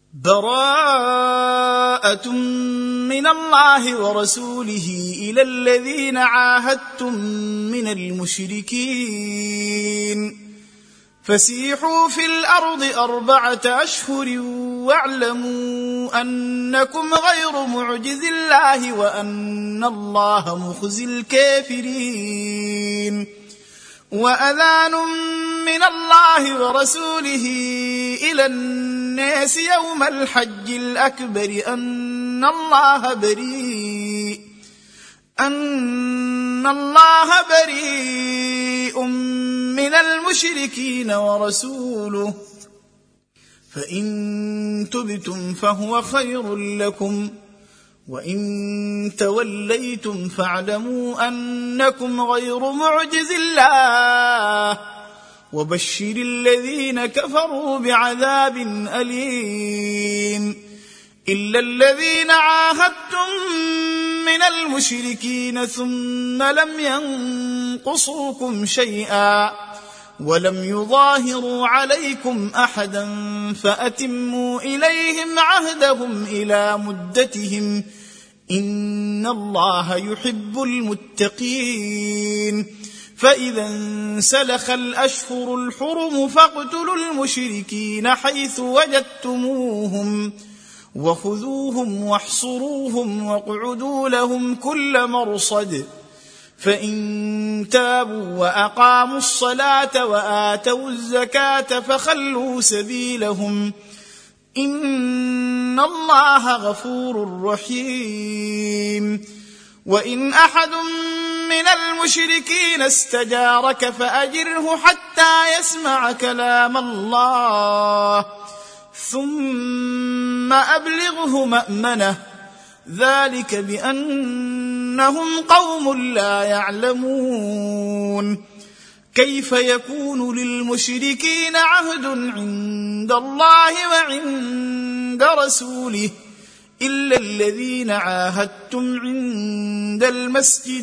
براءة من الله ورسوله إلى الذين عاهدتم من المشركين فسيحوا في الأرض 4 أشهر واعلموا أنكم غير معجز الله وأن الله مخزي الكافرين وأذان من الله ورسوله إلى الناس يوم الحج الأكبر أن الله بريء من المشركين ورسوله فإن تبتم فهو خير لكم وإن توليتم فاعلموا أنكم غير معجز الله وبشر الذين كفروا بعذاب أليم إلا الذين عاهدتم من المشركين ثم لم ينقصوكم شيئا ولم يظاهروا عليكم أحدا فأتموا إليهم عهدهم إلى مدتهم إن الله يحب المتقين فإذا انسلخ الأشهر الحرم فاقتلوا المشركين حيث وجدتموهم وخذوهم واحصروهم واقعدوا لهم كل مرصد فإن تابوا وأقاموا الصلاة وآتوا الزكاة فخلوا سبيلهم إن الله غفور رحيم وإن أحد من المشركين استجارك فأجره حتى يسمع كلام الله ثم أبلغه مأمنه ذلك بأنهم قوم لا يعلمون كيف يكون للمشركين عهد عند الله وعند رسوله إلا الذين عاهدتم عند المسجد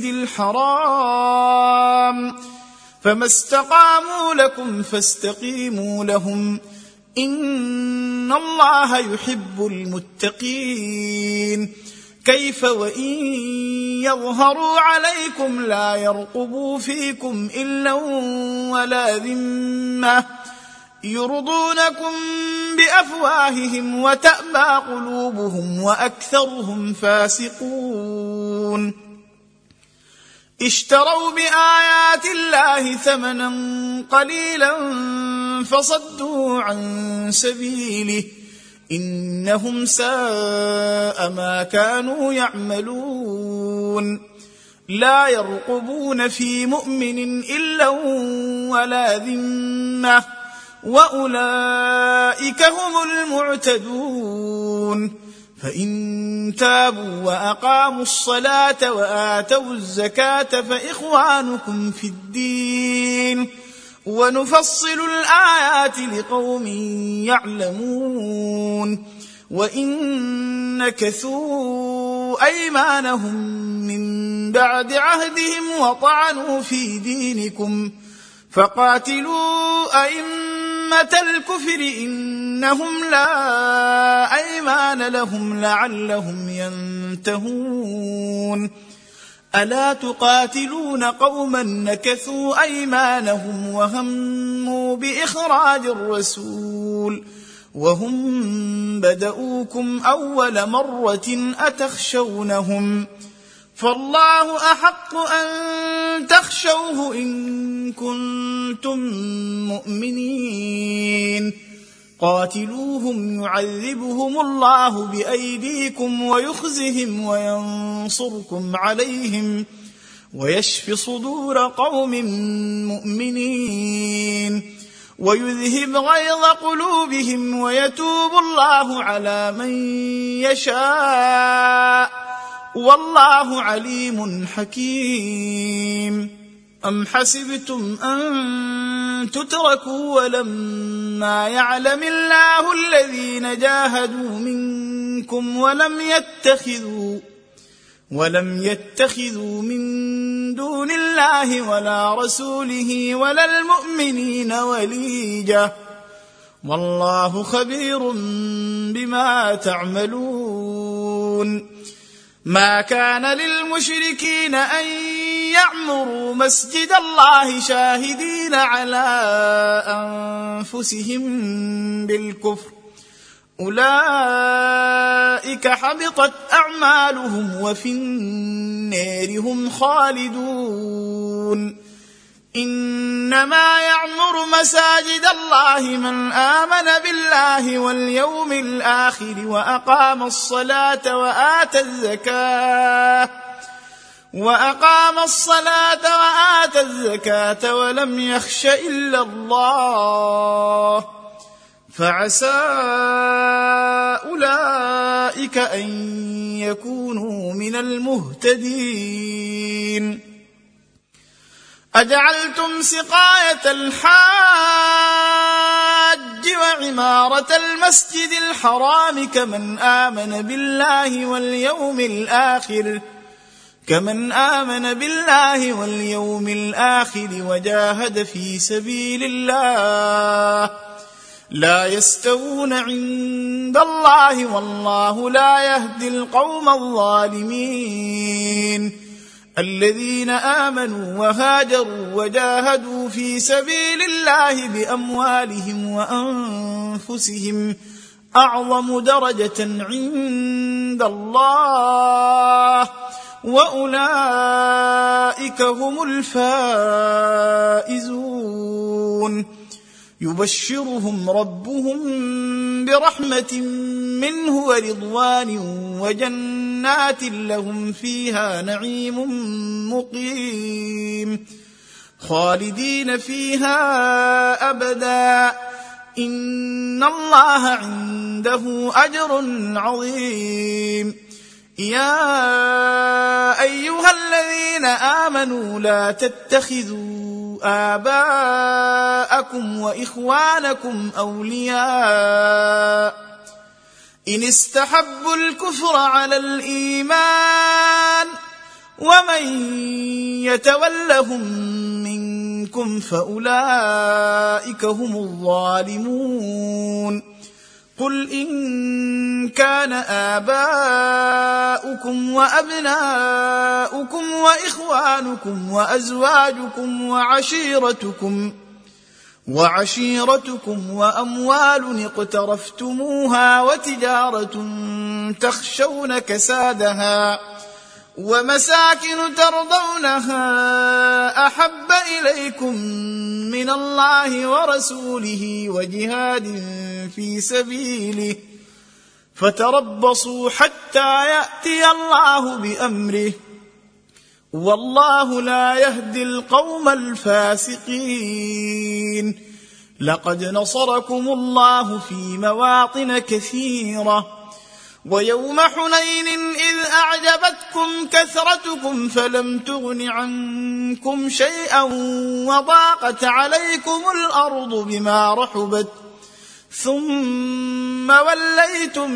الحرام فما استقاموا لكم فاستقيموا لهم إن الله يحب المتقين كيف وإن يظهروا عليكم لا يرقبوا فيكم إلا ولا ذمة يرضونكم بأفواههم وتأبى قلوبهم وأكثرهم فاسقون اشتروا بآيات الله ثمنا قليلا فصدوا عن سبيله إنهم ساء ما كانوا يعملون لا يرقبون في مؤمن إلا ولا ذمة وأولئك هم المعتدون فإن تابوا وأقاموا الصلاة وآتوا الزكاة فإخوانكم في الدين ونفصل الآيات لقوم يعلمون وإن نكثوا أيمانهم من بعد عهدهم وطعنوا في دينكم فقاتلوا أئمة الكفر إنهم لا أيمان لهم لعلهم ينتهون ألا تقاتلون قوما نكثوا أيمانهم وهموا بإخراج الرسول وهم بدؤوكم أول مرة أتخشونهم فالله أحق أن تخشوه إن كنتم مؤمنين قاتلوهم يعذبهم الله بأيديكم ويخزهم وينصركم عليهم ويشف صدور قوم مؤمنين ويذهب غيظ قلوبهم ويتوب الله على من يشاء والله عليم حكيم أم حسبتم أن تتركوا ولما يعلم الله الذين جاهدوا منكم ولم يتخذوا من دون الله ولا رسوله ولا المؤمنين وليجة والله خبير بما تعملون. ما كان للمشركين أن يعمروا مسجد الله شاهدين على أنفسهم بالكفر، أولئك حبطت أعمالهم وفي النار هم خالدون. إنما يعمر مساجد الله من آمن بالله واليوم الآخر وأقام الصلاة وآتى الزكاة ولم يخش إلا الله، فعسى أولئك أن يكونوا من المهتدين. أجعلتم سقاية الحاج وعمارة المسجد الحرام كمن آمن بالله واليوم الآخر وجاهد في سبيل الله، لا يستوون عند الله والله لا يهدي القوم الظالمين. الذين آمنوا وهاجروا وجاهدوا في سبيل الله بأموالهم وأنفسهم أعظم درجة عند الله، وأولئك هم الفائزون. يبشرهم ربهم برحمة منه ورضوان وجنات لهم فيها نعيم مقيم خالدين فيها أبدا، إن الله عنده أجر عظيم. يا أيها الذين آمنوا لا تتخذوا آباءكم وإخوانكم أولياء إن استحبوا الكفر على الإيمان، ومن يتولهم منكم فأولئك هم الظالمون. قل إن كان آباؤكم وأبناؤكم وإخوانكم وأزواجكم وعشيرتكم وأموال اقترفتموها وتجارة تخشون كسادها ومساكن ترضونها أحب إليكم من الله ورسوله وجهاد في سبيله فتربصوا حتى يأتي الله بأمره، والله لا يهدي القوم الفاسقين. لقد نصركم الله في مواطن كثيرة، ويوم حنين إذ أعجبتكم كثرتكم فلم تغن عنكم شيئا وضاقت عليكم الأرض بما رحبت ثم وليتم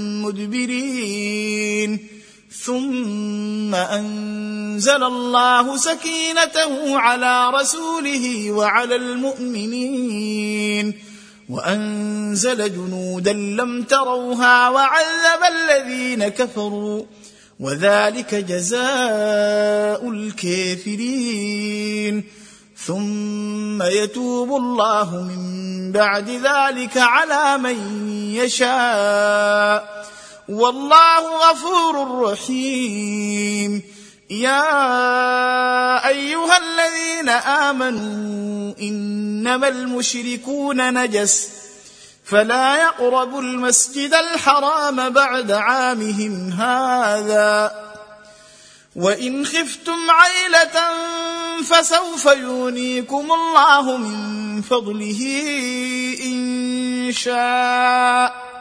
مدبرين. ثم أنزل الله سكينته على رسوله وعلى المؤمنين وأنزل جنودا لم تروها وعذب الذين كفروا، وذلك جزاء الكافرين. ثم يتوب الله من بعد ذلك على من يشاء، والله غفور رحيم. يا أيها الذين آمنوا إنما المشركون نجس فلا يقربوا المسجد الحرام بعد عامهم هذا، وإن خفتم عيلة فسوف يغنيكم الله من فضله إن شاء،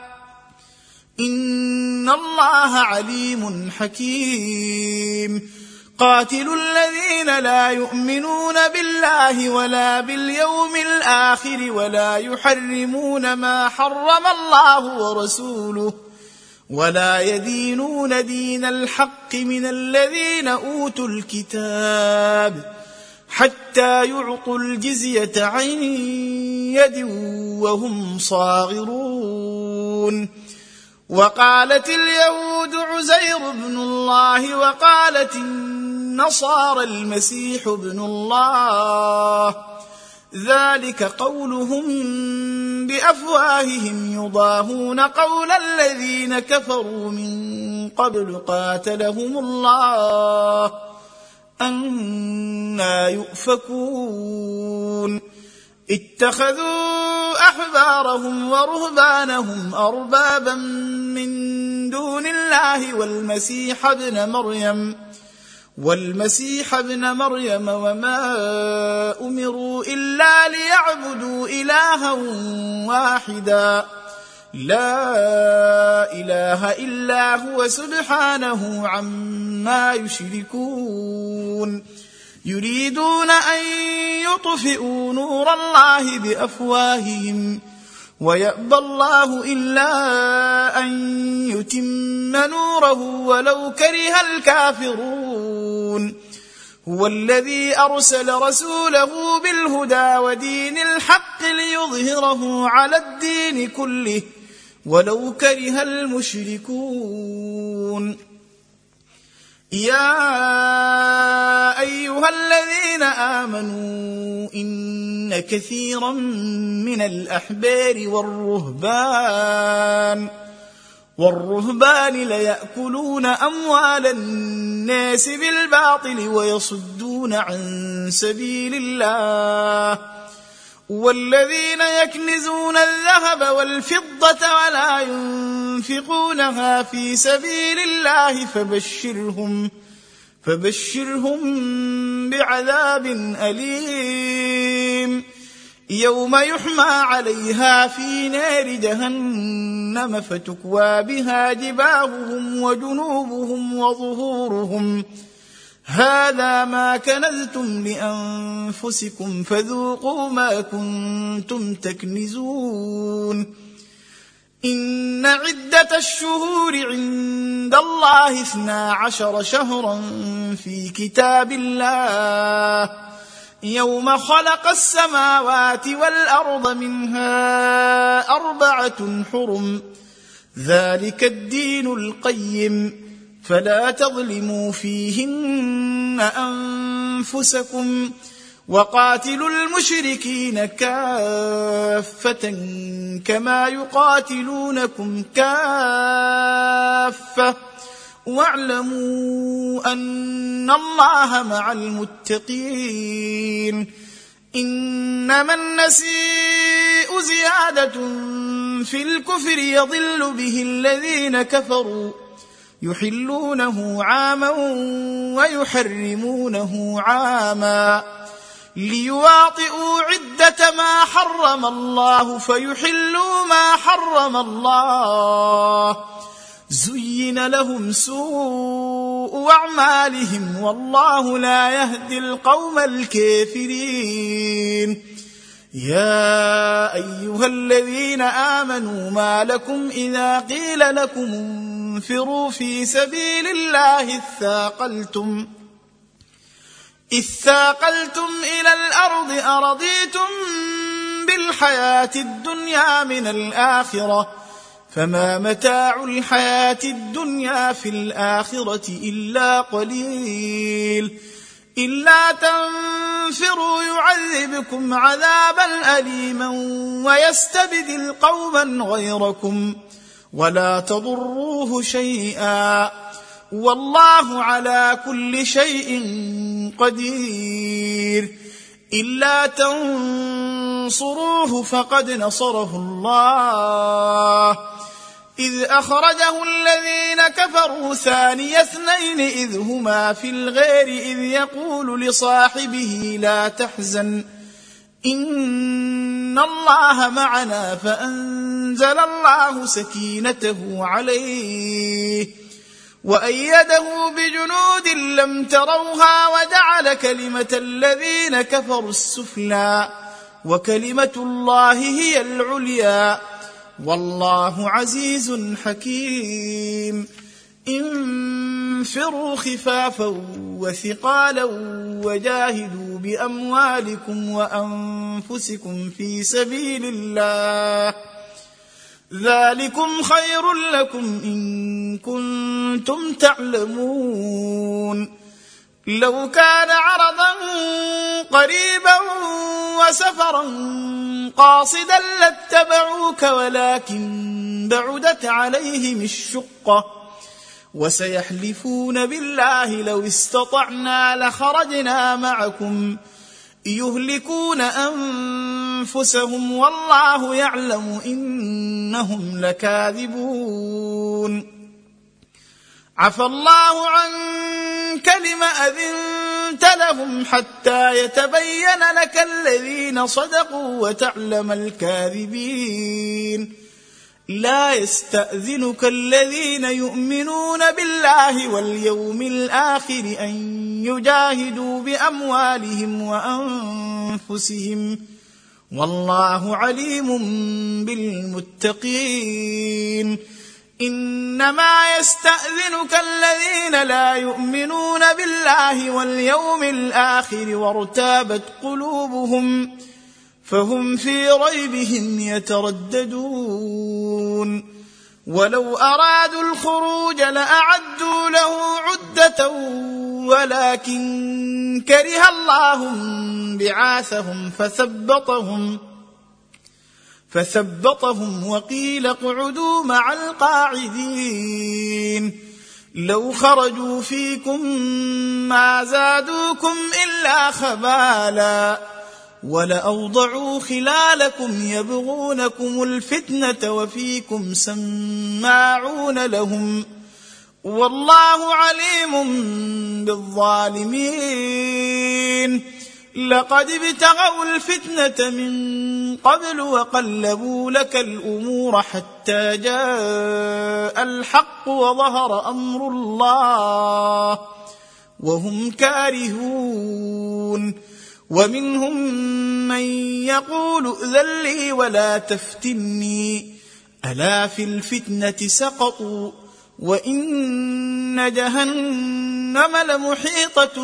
إن الله عليم حكيم. قاتلوا الذين لا يؤمنون بالله ولا باليوم الآخر ولا يحرمون ما حرم الله ورسوله ولا يدينون دين الحق من الذين أوتوا الكتاب حتى يعطوا الجزية عن يد وهم صاغرون. وقالت اليهود عزير بن الله وقالت النصارى المسيح ابن الله، ذلك قولهم بأفواههم يضاهون قول الذين كفروا من قبل قاتلهم الله أنى يؤفكون. اتخذوا أحبارهم ورهبانهم أربابا من دون الله والمسيح ابن مريم وما أمروا إلا ليعبدوا إلها واحدا لا إله إلا هو سبحانه عما يشركون. يريدون أن يطفئوا نور الله بأفواههم ويأبى الله إلا أن يتم نوره ولو كره الكافرون. هو الذي أرسل رسوله بالهدى ودين الحق ليظهره على الدين كله ولو كره المشركون. يا أيها الذين آمنوا إن كثيرا من الأحبار والرهبان ليأكلون أموال الناس بالباطل ويصدون عن سبيل الله. والذين يكنزون الذهب والفضة ولا ينفقونها في سبيل الله فبشرهم بعذاب أليم يوم يحمى عليها في نار جهنم فتكوى بها جباههم وجنوبهم وظهورهم هذا ما كنزتم لأنفسكم فذوقوا ما كنتم تكنزون. إن عدة الشهور عند الله 12 شهرا في كتاب الله يوم خلق السماوات والأرض منها 4 حرم ذلك الدين القيم فلا تظلموا فيهن أنفسكم وقاتلوا المشركين كافة كما يقاتلونكم كافة واعلموا أن الله مع المتقين. إنما النسيء زيادة في الكفر يضل به الذين كفروا يحلونه عاما ويحرمونه عاما ليواطئوا عدة ما حرم الله فيحلوا ما حرم الله زين لهم سوء أعمالهم والله لا يهدي القوم الكافرين. يا أيها الذين آمنوا ما لكم إذا قيل لكم انفروا في سبيل الله اثاقلتم إلى الأرض أرضيتم بالحياة الدنيا من الآخرة فما متاع الحياة الدنيا في الآخرة إلا قليل. إلا تنفروا يعذبكم عذابا أليما ويستبدل قوما غيركم ولا تضروه شيئا والله على كل شيء قدير. إلا تنصروه فقد نصره الله إذ أخرجه الذين كفروا ثاني اثنين إذ هما في الغار إذ يقول لصاحبه لا تحزن إن الله معنا فأنزل الله سكينته عليه وأيده بجنود لم تروها وجعل كلمة الذين كفروا السفلى وكلمة الله هي العليا والله عزيز حكيم. انفروا خفافا وثقالا وجاهدوا جاهدوا بأموالكم وأنفسكم في سبيل الله ذلكم خير لكم إن كنتم تعلمون لو كان عرضا قريبا وسفرا قاصدا لاتبعوك ولكن بعدت عليهم الشقة وسيحلفون بالله لو استطعنا لخرجنا معكم يهلكون أنفسهم والله يعلم إنهم لكاذبون عفى الله عنك لم أذنت لهم حتى يتبين لك الذين صدقوا وتعلم الكاذبين لا يستأذنك الذين يؤمنون بالله واليوم الآخر أن يجاهدوا بأموالهم وأنفسهم والله عليم بالمتقين إنما يستأذنك الذين لا يؤمنون بالله واليوم الآخر وارتابت قلوبهم فهم في ريبهم يترددون ولو أرادوا الخروج لأعدوا له عدة ولكن كره الله بعاثهم فثبطهم وقيل اقعدوا مع القاعدين لو خرجوا فيكم ما زادوكم إلا خبالا ولأوضعوا خلالكم يبغونكم الفتنة وفيكم سماعون لهم والله عليم بالظالمين لقد ابتغوا الفتنة من قبل وقلبوا لك الأمور حتى جاء الحق وظهر أمر الله وهم كارهون ومنهم من يقول ائذن لي ولا تفتني ألا في الفتنة سقطوا وإن جهنم لمحيطة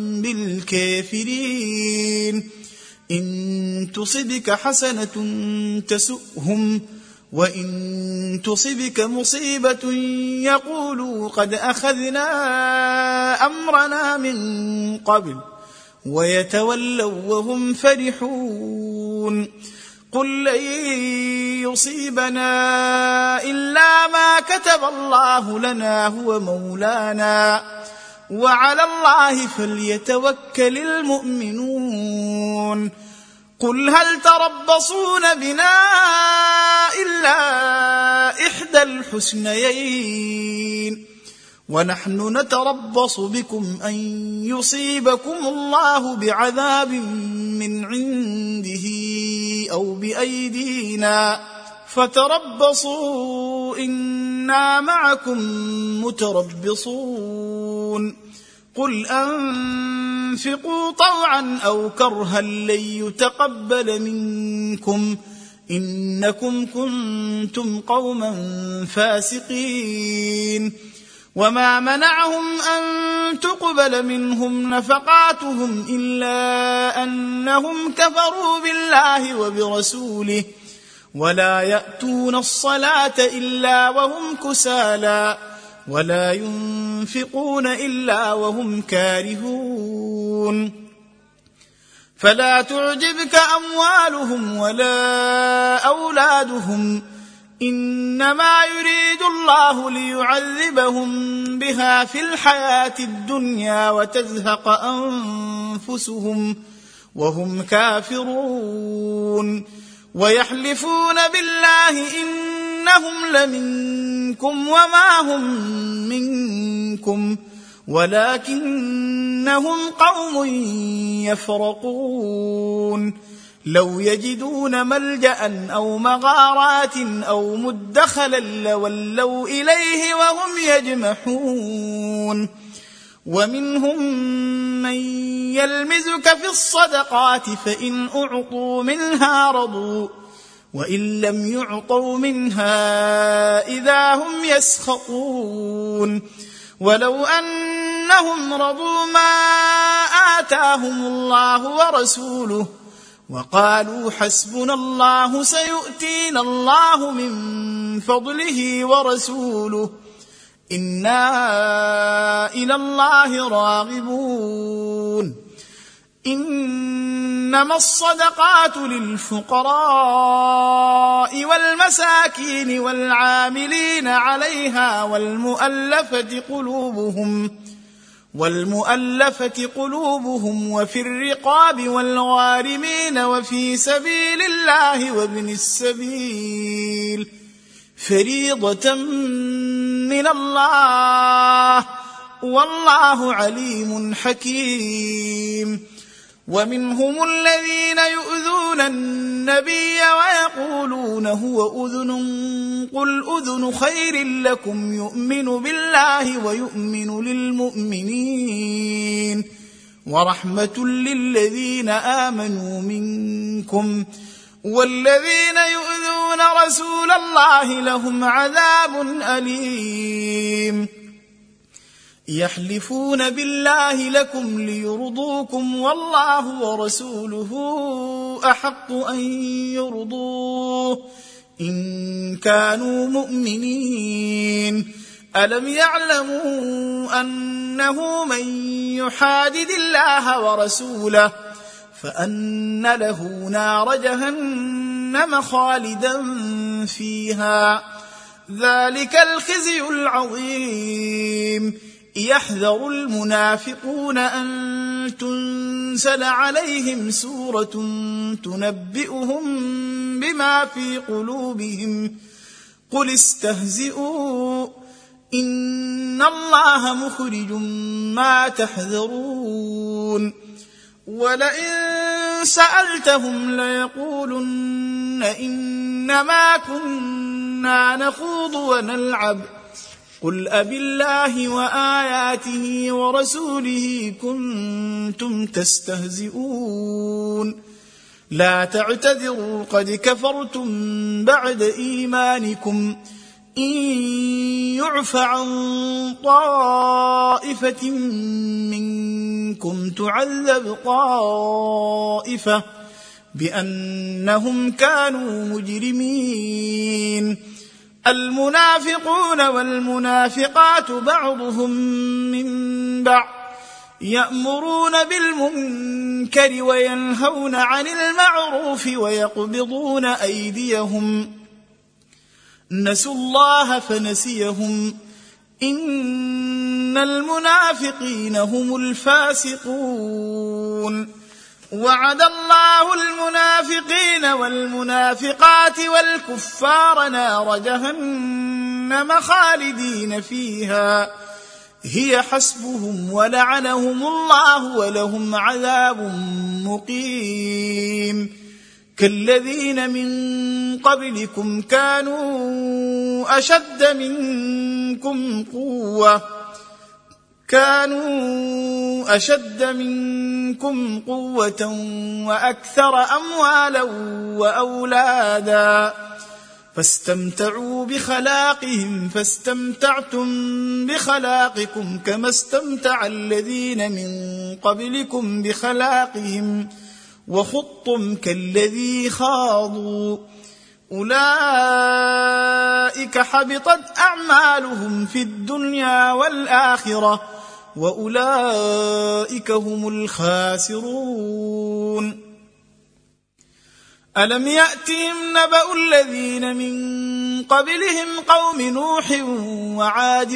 بالكافرين إن تصبك حسنة تسؤهم وإن تصبك مصيبة يقولوا قد أخذنا أمرنا من قبل ويتولوا وهم فرحون قل لن يصيبنا إلا ما كتب الله لنا هو مولانا وعلى الله فليتوكل المؤمنون قل هل تربصون بنا إلا إحدى الحسنيين ونحن نتربص بكم أن يصيبكم الله بعذاب من عنده أو بأيدينا فتربصوا إنا معكم متربصون قل أنفقوا طوعا أو كرها لن يتقبل منكم إنكم كنتم قوما فاسقين وما منعهم أن تقبل منهم نفقاتهم إلا أنهم كفروا بالله وبرسوله ولا يأتون الصلاة إلا وهم كسالى ولا ينفقون إلا وهم كارهون فلا تعجبك أموالهم ولا أولادهم إنما يريد الله ليعذبهم بها في الحياة الدنيا وتزهق أنفسهم وهم كافرون ويحلفون بالله إنهم لمنكم وما هم منكم ولكنهم قوم يفرقون لو يجدون ملجأ أو مغارات أو مدخلا لولوا إليه وهم يجمحون ومنهم من يلمزك في الصدقات فإن أعطوا منها رضوا وإن لم يعطوا منها إذا هم يسخطون ولو أن أنهم رضوا ما آتاهم الله ورسوله وقالوا حسبنا الله سيؤتينا الله من فضله ورسوله إنا إلى الله راغبون. إنما الصدقات للفقراء والمساكين والعاملين عليها والمؤلفة قلوبهم وفي الرقاب والغارمين وفي سبيل الله وابن السبيل فريضة من الله والله عليم حكيم. ومنهم الذين يؤذون النبي ويقولون هو أذن قل أذن خير لكم يؤمن بالله ويؤمن للمؤمنين ورحمة للذين آمنوا منكم والذين يؤذون رسول الله لهم عذاب أليم. يحلفون بالله لكم ليرضوكم والله ورسوله أحق أن يرضوه إن كانوا مؤمنين. ألم يعلموا أنه من يحادد الله ورسوله فأن له نار جهنم خالدا فيها ذلك الخزي العظيم. يحذر المنافقون أن تنزل عليهم سورة تنبئهم بما في قلوبهم قل استهزئوا إن الله مخرج ما تحذرون. ولئن سألتهم ليقولن إنما كنا نخوض ونلعب قل أبالله وآياته ورسوله كنتم تستهزئون لا تعتذروا قد كفرتم بعد إيمانكم إن يعف عن طائفة منكم تعذب طائفة بأنهم كانوا مجرمين. المنافقون والمنافقات بعضهم من بعض يأمرون بالمنكر وينهون عن المعروف ويقبضون أيديهم نسوا الله فنسيهم إن المنافقين هم الفاسقون. وعد الله المنافقين والمنافقات والكفار نار جهنم خالدين فيها هي حسبهم ولعنهم الله ولهم عذاب مقيم. كالذين من قبلكم كانوا أشد منكم قوة وأكثر أموالا وأولادا فاستمتعوا بخلاقهم فاستمتعتم بخلاقكم كما استمتع الذين من قبلكم بخلاقهم وخضتم كالذي خاضوا أولئك حبطت أعمالهم في الدنيا والآخرة وأولئك هم الخاسرون. ألم يأتهم نبأ الذين من قبلهم قوم نوح وعاد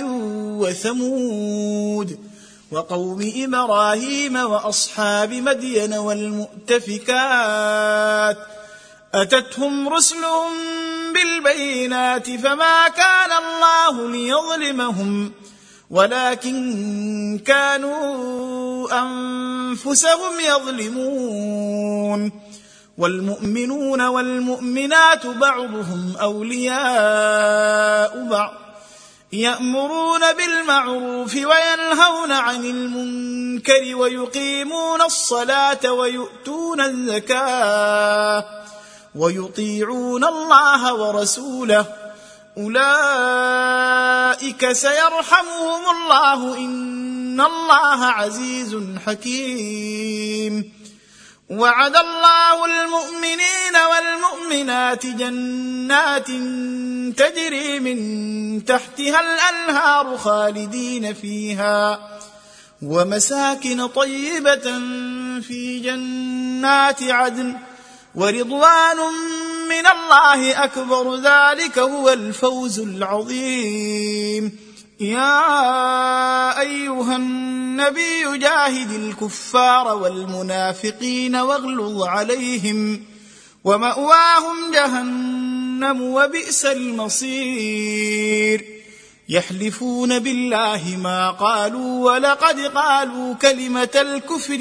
وثمود وقوم إبراهيم وأصحاب مدين والمؤتفكات أتتهم رسلهم بالبينات فما كان الله ليظلمهم ولكن كانوا أنفسهم يظلمون. والمؤمنون والمؤمنات بعضهم أولياء بعض يأمرون بالمعروف وينهون عن المنكر ويقيمون الصلاة ويؤتون الزكاة ويطيعون الله ورسوله أولئك سيرحمهم الله إن أن الله عزيز حكيم. وعد الله المؤمنين والمؤمنات جنات تجري من تحتها الأنهار خالدين فيها ومساكن طيبة في جنات عدن ورضوان من الله أكبر، ذلك هو الفوز العظيم. يا أيها النبي جاهد الكفار والمنافقين واغلظ عليهم ومأواهم جهنم وبئس المصير. يحلفون بالله ما قالوا ولقد قالوا كلمة الكفر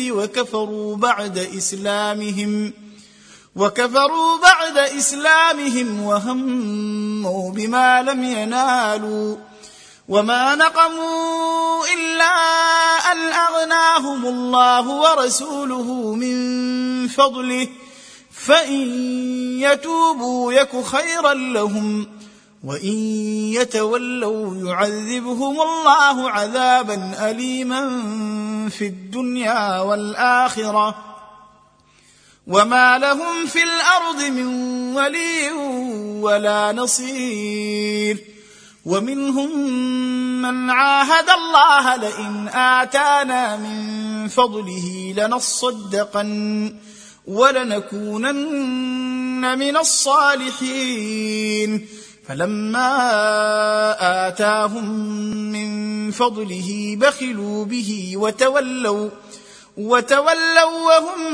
وكفروا بعد إسلامهم وهموا بما لم ينالوا وما نقموا إلا أن أغناهم الله ورسوله من فضله فإن يتوبوا يك خيرا لهم وإن يتولوا يعذبهم الله عذابا أليما في الدنيا والآخرة وما لهم في الأرض من ولي ولا نصير. ومنهم من عاهد الله لئن آتانا من فضله لنصدقن ولنكونن من الصالحين، فلما آتاهم من فضله بخلوا به وتولوا وهم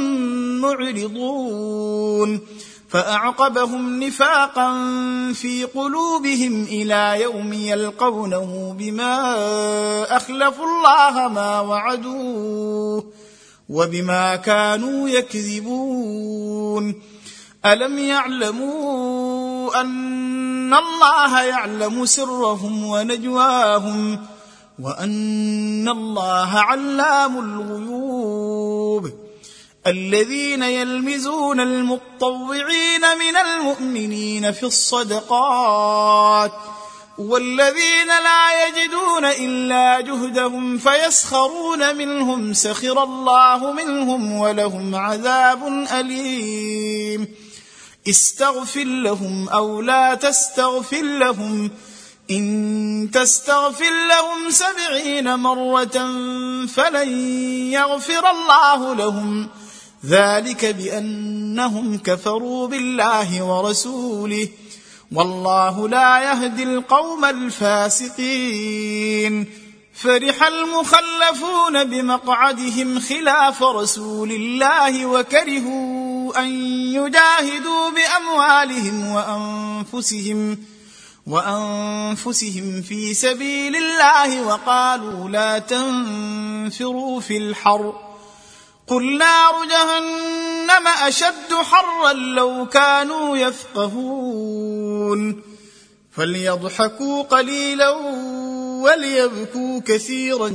معرضون، فأعقبهم نفاقا في قلوبهم إلى يوم يلقونه بما أخلفوا الله ما وعدوه وبما كانوا يكذبون. ألم يعلموا أن الله يعلم سرهم ونجواهم وأن الله علام الغيوب. الذين يلمزون المطوعين من المؤمنين في الصدقات والذين لا يجدون إلا جهدهم فيسخرون منهم سخر الله منهم ولهم عذاب أليم. استغفر لهم أو لا تستغفر لهم إن تستغفر لهم 70 مرة فلن يغفر الله لهم، ذلك بأنهم كفروا بالله ورسوله والله لا يهدي القوم الفاسقين. فرح المخلفون بمقعدهم خلاف رسول الله وكرهوا أن يجاهدوا بأموالهم وأنفسهم في سبيل الله وقالوا لا تنفروا في الحر قل نار جهنم أشد حرا لو كانوا يفقهون. فليضحكوا قليلا وليبكوا كثيرا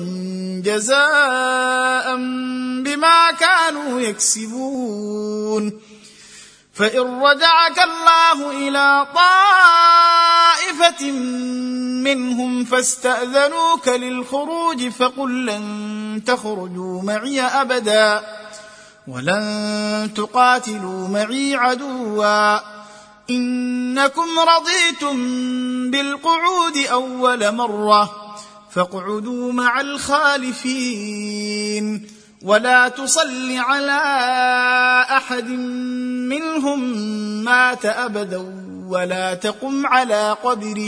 جزاء بما كانوا يكسبون. فإن رجعك الله إلى طائفة منهم فاستأذنوك للخروج فقل لن تخرجوا معي أبدا ولن تقاتلوا معي عدوا إنكم رضيتم بالقعود أول مرة فاقعدوا مع الخالفين ولا تصل على أحد منهم مات أبدا ولا تقم على قبره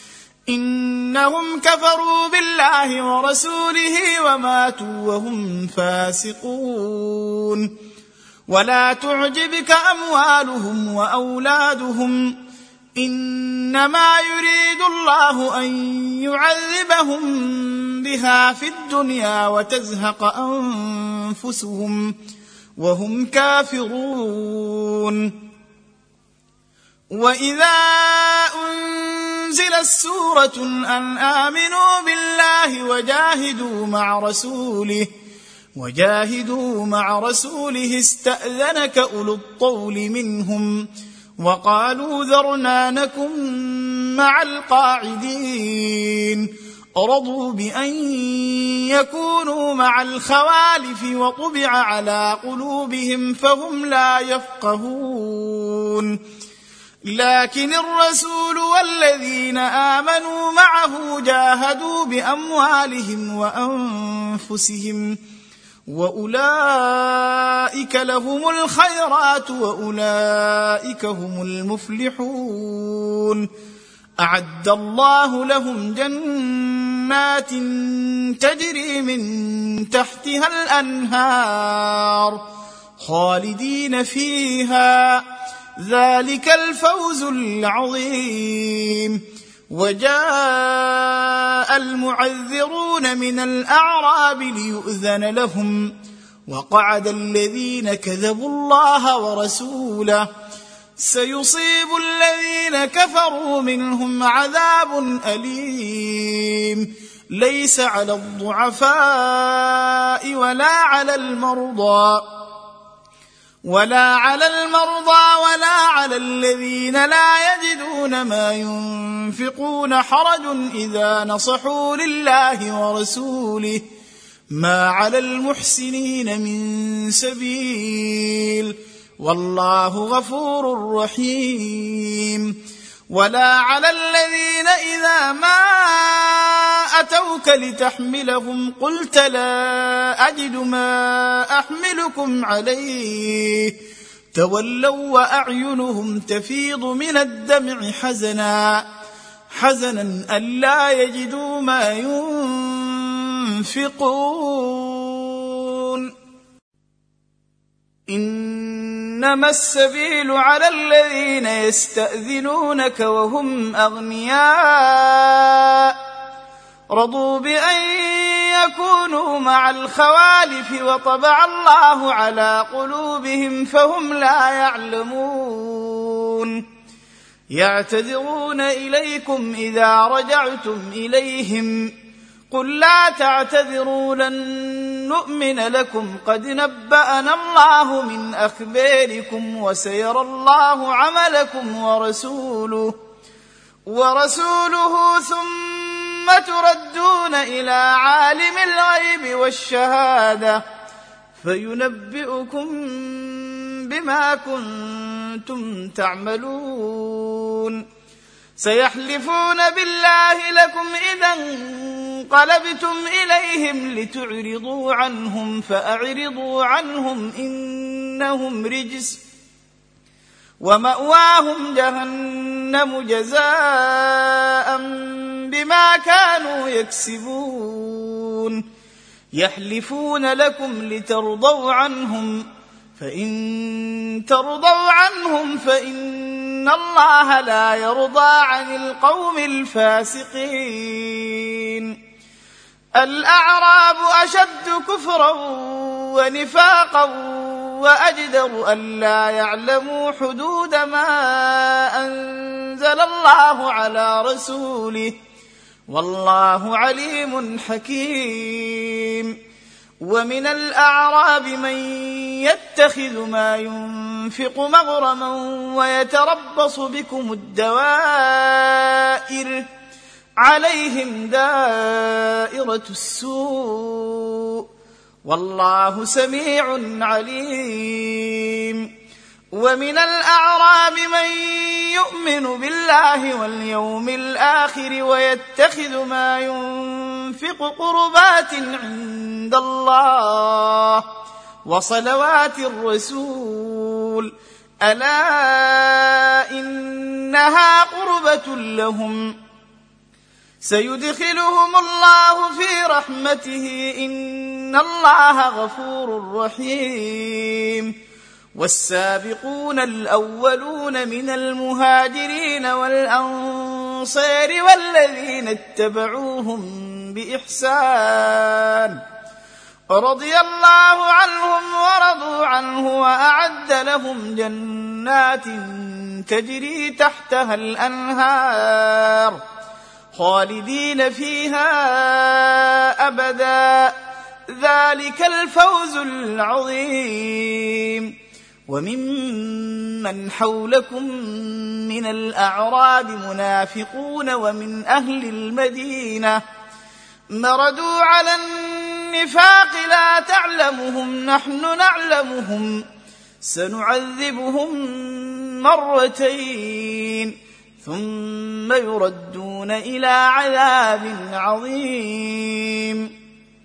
إنهم كفروا بالله ورسوله وماتوا وهم فاسقون. ولا تعجبك أموالهم وأولادهم إنما يريد الله أن يعذبهم بها في الدنيا وتزهق أنفسهم وهم كافرون. وإذا أنزلت سورة أن آمنوا بالله وجاهدوا مع رسوله استأذنك أولو الطول منهم وقالوا ذرنا نكن مع القاعدين رضوا بأن يكونوا مع الخوالف وطبع على قلوبهم فهم لا يفقهون لكن الرسول والذين آمنوا معه جاهدوا بأموالهم وأنفسهم وأولئك لهم الخيرات وأولئك هم المفلحون أعد الله لهم جنات تجري من تحتها الأنهار خالدين فيها ذلك الفوز العظيم وجاء المعذرون من الأعراب ليؤذن لهم وقعد الذين كذبوا الله ورسوله سيصيب الذين كفروا منهم عذاب أليم ليس على الضعفاء ولا على المرضى ولا على الذين لا يجدون ما ينفقون حرج إذا نصحوا لله ورسوله ما على المحسنين من سبيل والله غفور رحيم ولا على الذين إذا ما أتوك لتحملهم قلت لا أجد ما أحملكم عليه تولوا وأعينهم تفيض من الدمع حزنا ألا يجدوا ما ينفقون إنما السبيل على الذين يستأذنونك وهم أغنياء رضوا بأن يكونوا مع الخوالف وطبع الله على قلوبهم فهم لا يعلمون يعتذرون إليكم إذا رجعتم إليهم قل لا تعتذروا لن نؤمن لكم قد نبأنا الله من أخباركم وسيرى الله عملكم ورسوله ثم تردون إلى عالم الغيب والشهادة فينبئكم بما كنتم تعملون سيحلفون بالله لكم إذا انقلبتم إليهم لتعرضوا عنهم فأعرضوا عنهم إنهم رجس ومأواهم جهنم جزاء بما كانوا يكسبون يحلفون لكم لترضوا عنهم فإن ترضوا عنهم فإن الله لا يرضى عن القوم الفاسقين الأعراب أشد كفرا ونفاقا وأجدر ألا يعلموا حدود ما أنزل الله على رسوله والله عليم حكيم ومن الأعراب من يتخذ ما ينفق مغرما ويتربص بكم الدوائر عليهم دائرة السوء والله سميع عليم ومن الأعراب من يؤمن بالله واليوم الآخر ويتخذ ما ينفق قربات عند الله وصلوات الرسول ألا إنها قربة لهم سيدخلهم الله في رحمته إن الله غفور رحيم والسابقون الأولون من المهاجرين والأنصار والذين اتبعوهم بإحسان رضي الله عنهم ورضوا عنه وأعد لهم جنات تجري تحتها الأنهار خالدين فيها أبدا ذلك الفوز العظيم وممن حولكم من الأعراب منافقون ومن أهل المدينة مردوا على النفاق لا تعلمهم نحن نعلمهم سنعذبهم مرتين ثم يردون إلى عذاب عظيم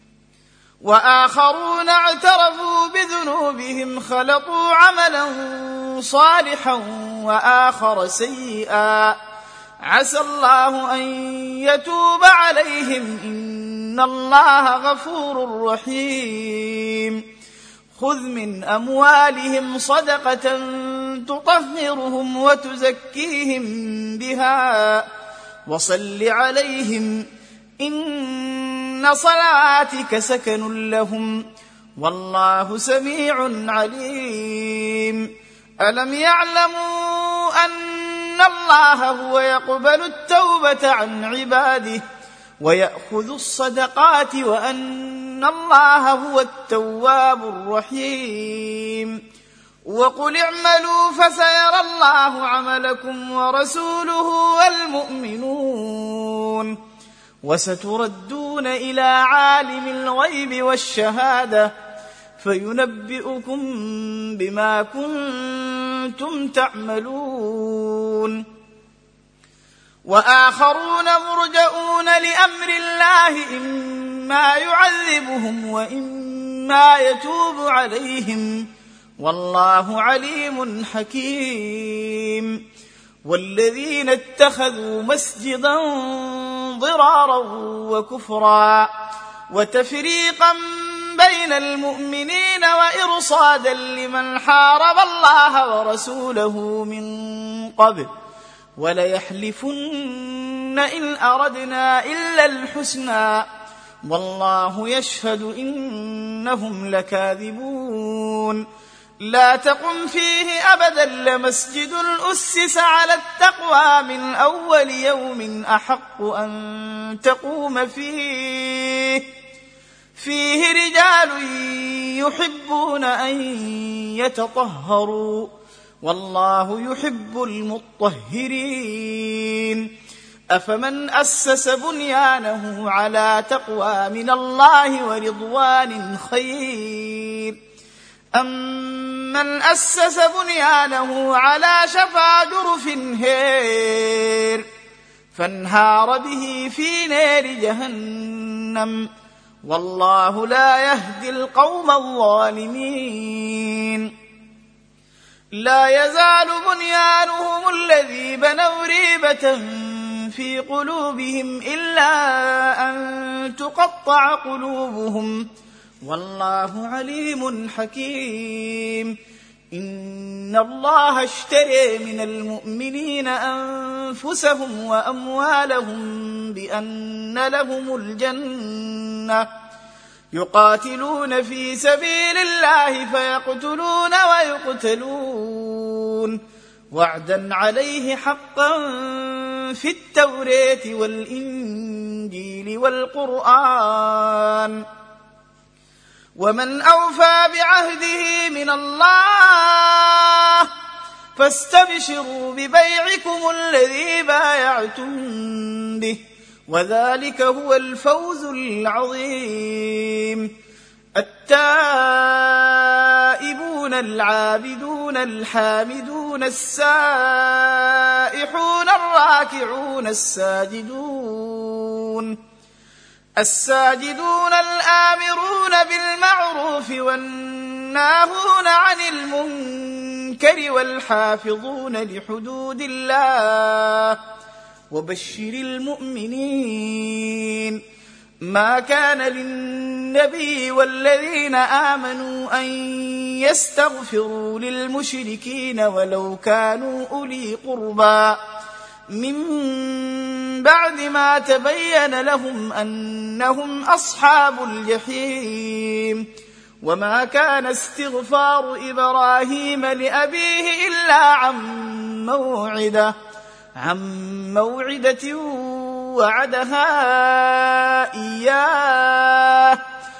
وآخرون اعترفوا بذنوبهم خلطوا عملا صالحا وآخر سيئا عسى الله أن يتوب عليهم إن الله غفور رحيم خذ من أموالهم صدقة تطهرهم وتزكيهم بها وصل عليهم إن صلاتك سكن لهم والله سميع عليم ألم يعلموا أن الله هو يقبل التوبة عن عباده ويأخذ الصدقات وأن الله هو التواب الرحيم وقل اعملوا فسيرى الله عملكم ورسوله والمؤمنون وستردون إلى عالم الغيب والشهادة فينبئكم بما كنتم تعملون وآخرون مرجئون لأمر الله إما يعذبهم وإما يتوب عليهم والله عليم حكيم والذين اتخذوا مسجدا ضرارا وكفرا وتفريقا بين المؤمنين وإرصادا لمن حارب الله ورسوله من قبل وليحلفن إن أردنا إلا الحسنى والله يشهد إنهم لكاذبون لا تقم فيه أبدا لمسجد أسس على التقوى من أول يوم أحق أن تقوم فيه رجال يحبون أن يتطهروا والله يحب المطهرين أفمن أسس بنيانه على تقوى من الله ورضوان خير أمن أسس بنيانه على شفا جرف هير فانهار به في نار جهنم والله لا يهدي القوم الظالمين لا يزال بنيانهم الذي بنوا ريبة في قلوبهم إلا أن تقطع قلوبهم والله عليم حكيم إن الله اشترى من المؤمنين أنفسهم وأموالهم بأن لهم الجنة يقاتلون في سبيل الله فيقتلون ويقتلون وعدا عليه حقا في التوراة والإنجيل والقرآن ومن أوفى بعهده من الله فاستبشروا ببيعكم الذي بايعتم به وذلك هو الفوز العظيم التائبون العابدون الحامدون السائحون الراكعون الساجدون الآمرون بالمعروف والناهون عن المنكر والحافظون لحدود الله وبشر المؤمنين ما كان للنبي والذين آمنوا أن يستغفروا للمشركين ولو كانوا أولي قربى من بعد ما تبين لهم أنهم أصحاب الجحيم وما كان استغفار إبراهيم لأبيه إلا عن موعدة وعدها إياه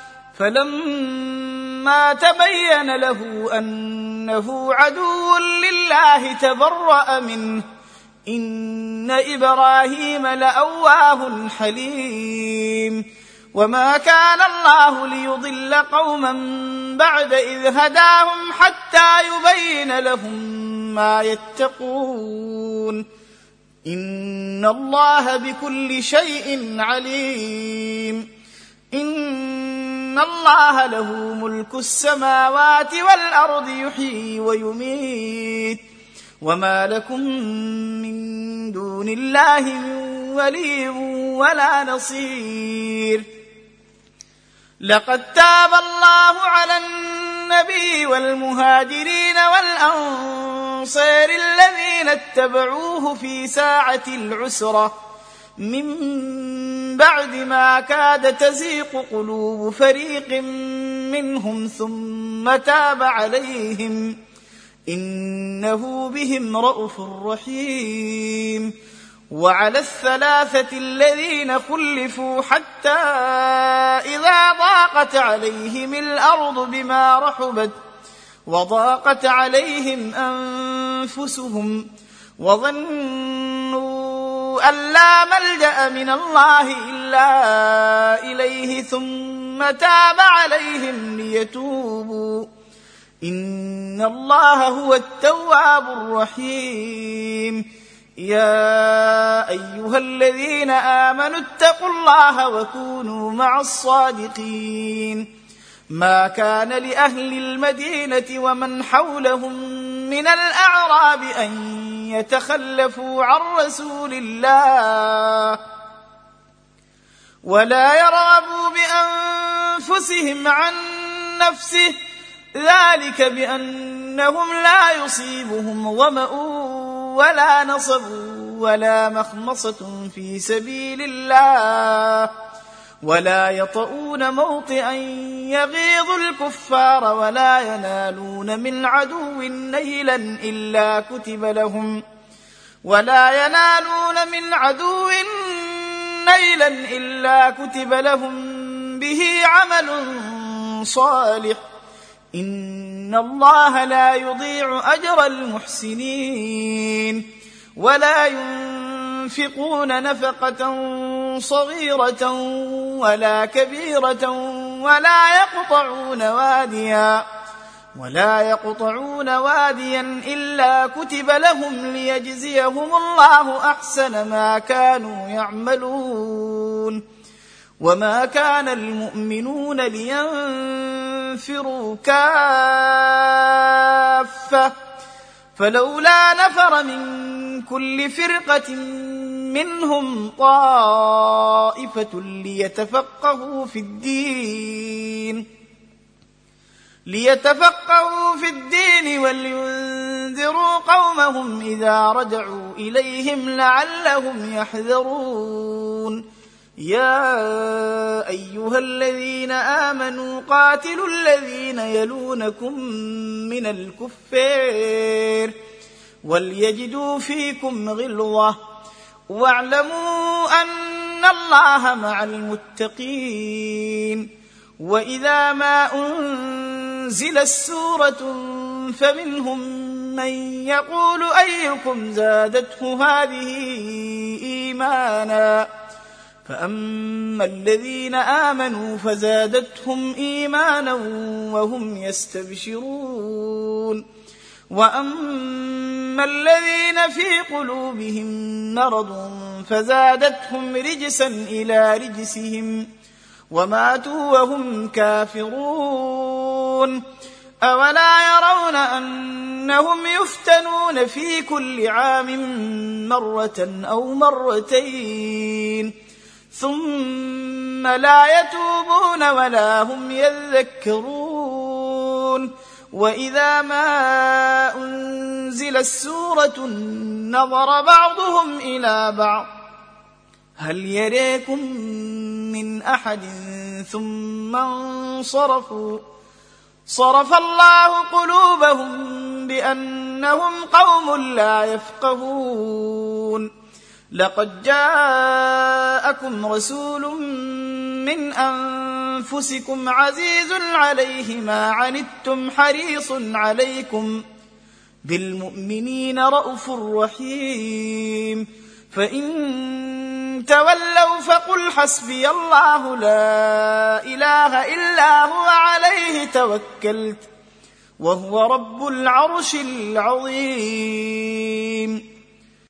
فلما تبين له أنه عدو لله تبرأ منه إن إبراهيم لأواه حليم وما كان الله ليضل قوما بعد إذ هداهم حتى يبين لهم ما يتقون إن الله بكل شيء عليم إن الله له ملك السماوات والأرض يحيي ويميت وما لكم من دون الله من ولي ولا نصير لقد تاب الله على النبي والمهاجرين والأنصار الذين اتبعوه في ساعة العسرة من بعد ما كاد تزيغ قلوب فريق منهم ثم تاب عليهم إنه بهم رءوف رحيم وعلى الثلاثة الذين خلفوا حتى إذا ضاقت عليهم الأرض بما رحبت وضاقت عليهم أنفسهم وظنوا أن لا ملجأ من الله إلا إليه ثم تاب عليهم ليتوبوا إن الله هو التواب الرحيم يا أيها الذين آمنوا اتقوا الله وكونوا مع الصادقين ما كان لأهل المدينة ومن حولهم من الأعراب أن يتخلفوا عن رسول الله ولا يرغبوا بأنفسهم عن نفسه ذلك بأنهم لا يصيبهم ظمأ ولا نصب ولا مخمصة في سبيل الله ولا يطؤون موطئا يغيظ الكفار ولا ينالون من عدو نيلا إلا كتب لهم به عمل صالح إن الله لا يضيع أجر المحسنين ولا ينفقون نفقة صغيرة ولا كبيرة ولا يقطعون واديا إلا كتب لهم ليجزيهم الله أحسن ما كانوا يعملون وما كان المؤمنون لينفروا كافة فلولا نفر من كل فرقة منهم طائفة ليتفقهوا في الدين ولينذروا قومهم إذا رجعوا إليهم لعلهم يحذرون يا أيها الذين آمنوا قاتلوا الذين يلونكم من الكفار وليجدوا فيكم غلظة واعلموا أن الله مع المتقين وإذا ما أنزلت سورة فمنهم من يقول أيكم زادته هذه إيمانا فأما الذين آمنوا فزادتهم إيمانا وهم يستبشرون وأما الذين في قلوبهم مرض فزادتهم رجسا إلى رجسهم وماتوا وهم كافرون أولا يرون أنهم يفتنون في كل عام مرة أو مرتين ثم لا يتوبون ولا هم يذكرون وإذا ما أنزلت سورة نظر بعضهم إلى بعض هل يريكم من أحد ثم انصرفوا صرف الله قلوبهم بأنهم قوم لا يفقهون لقد جاءكم رسول من أنفسكم عزيز عليه ما عنتم حريص عليكم بالمؤمنين رءوف رحيم فإن تولوا فقل فقل حسبي الله لا إله إلا هو عليه توكلت وهو رب العرش العظيم.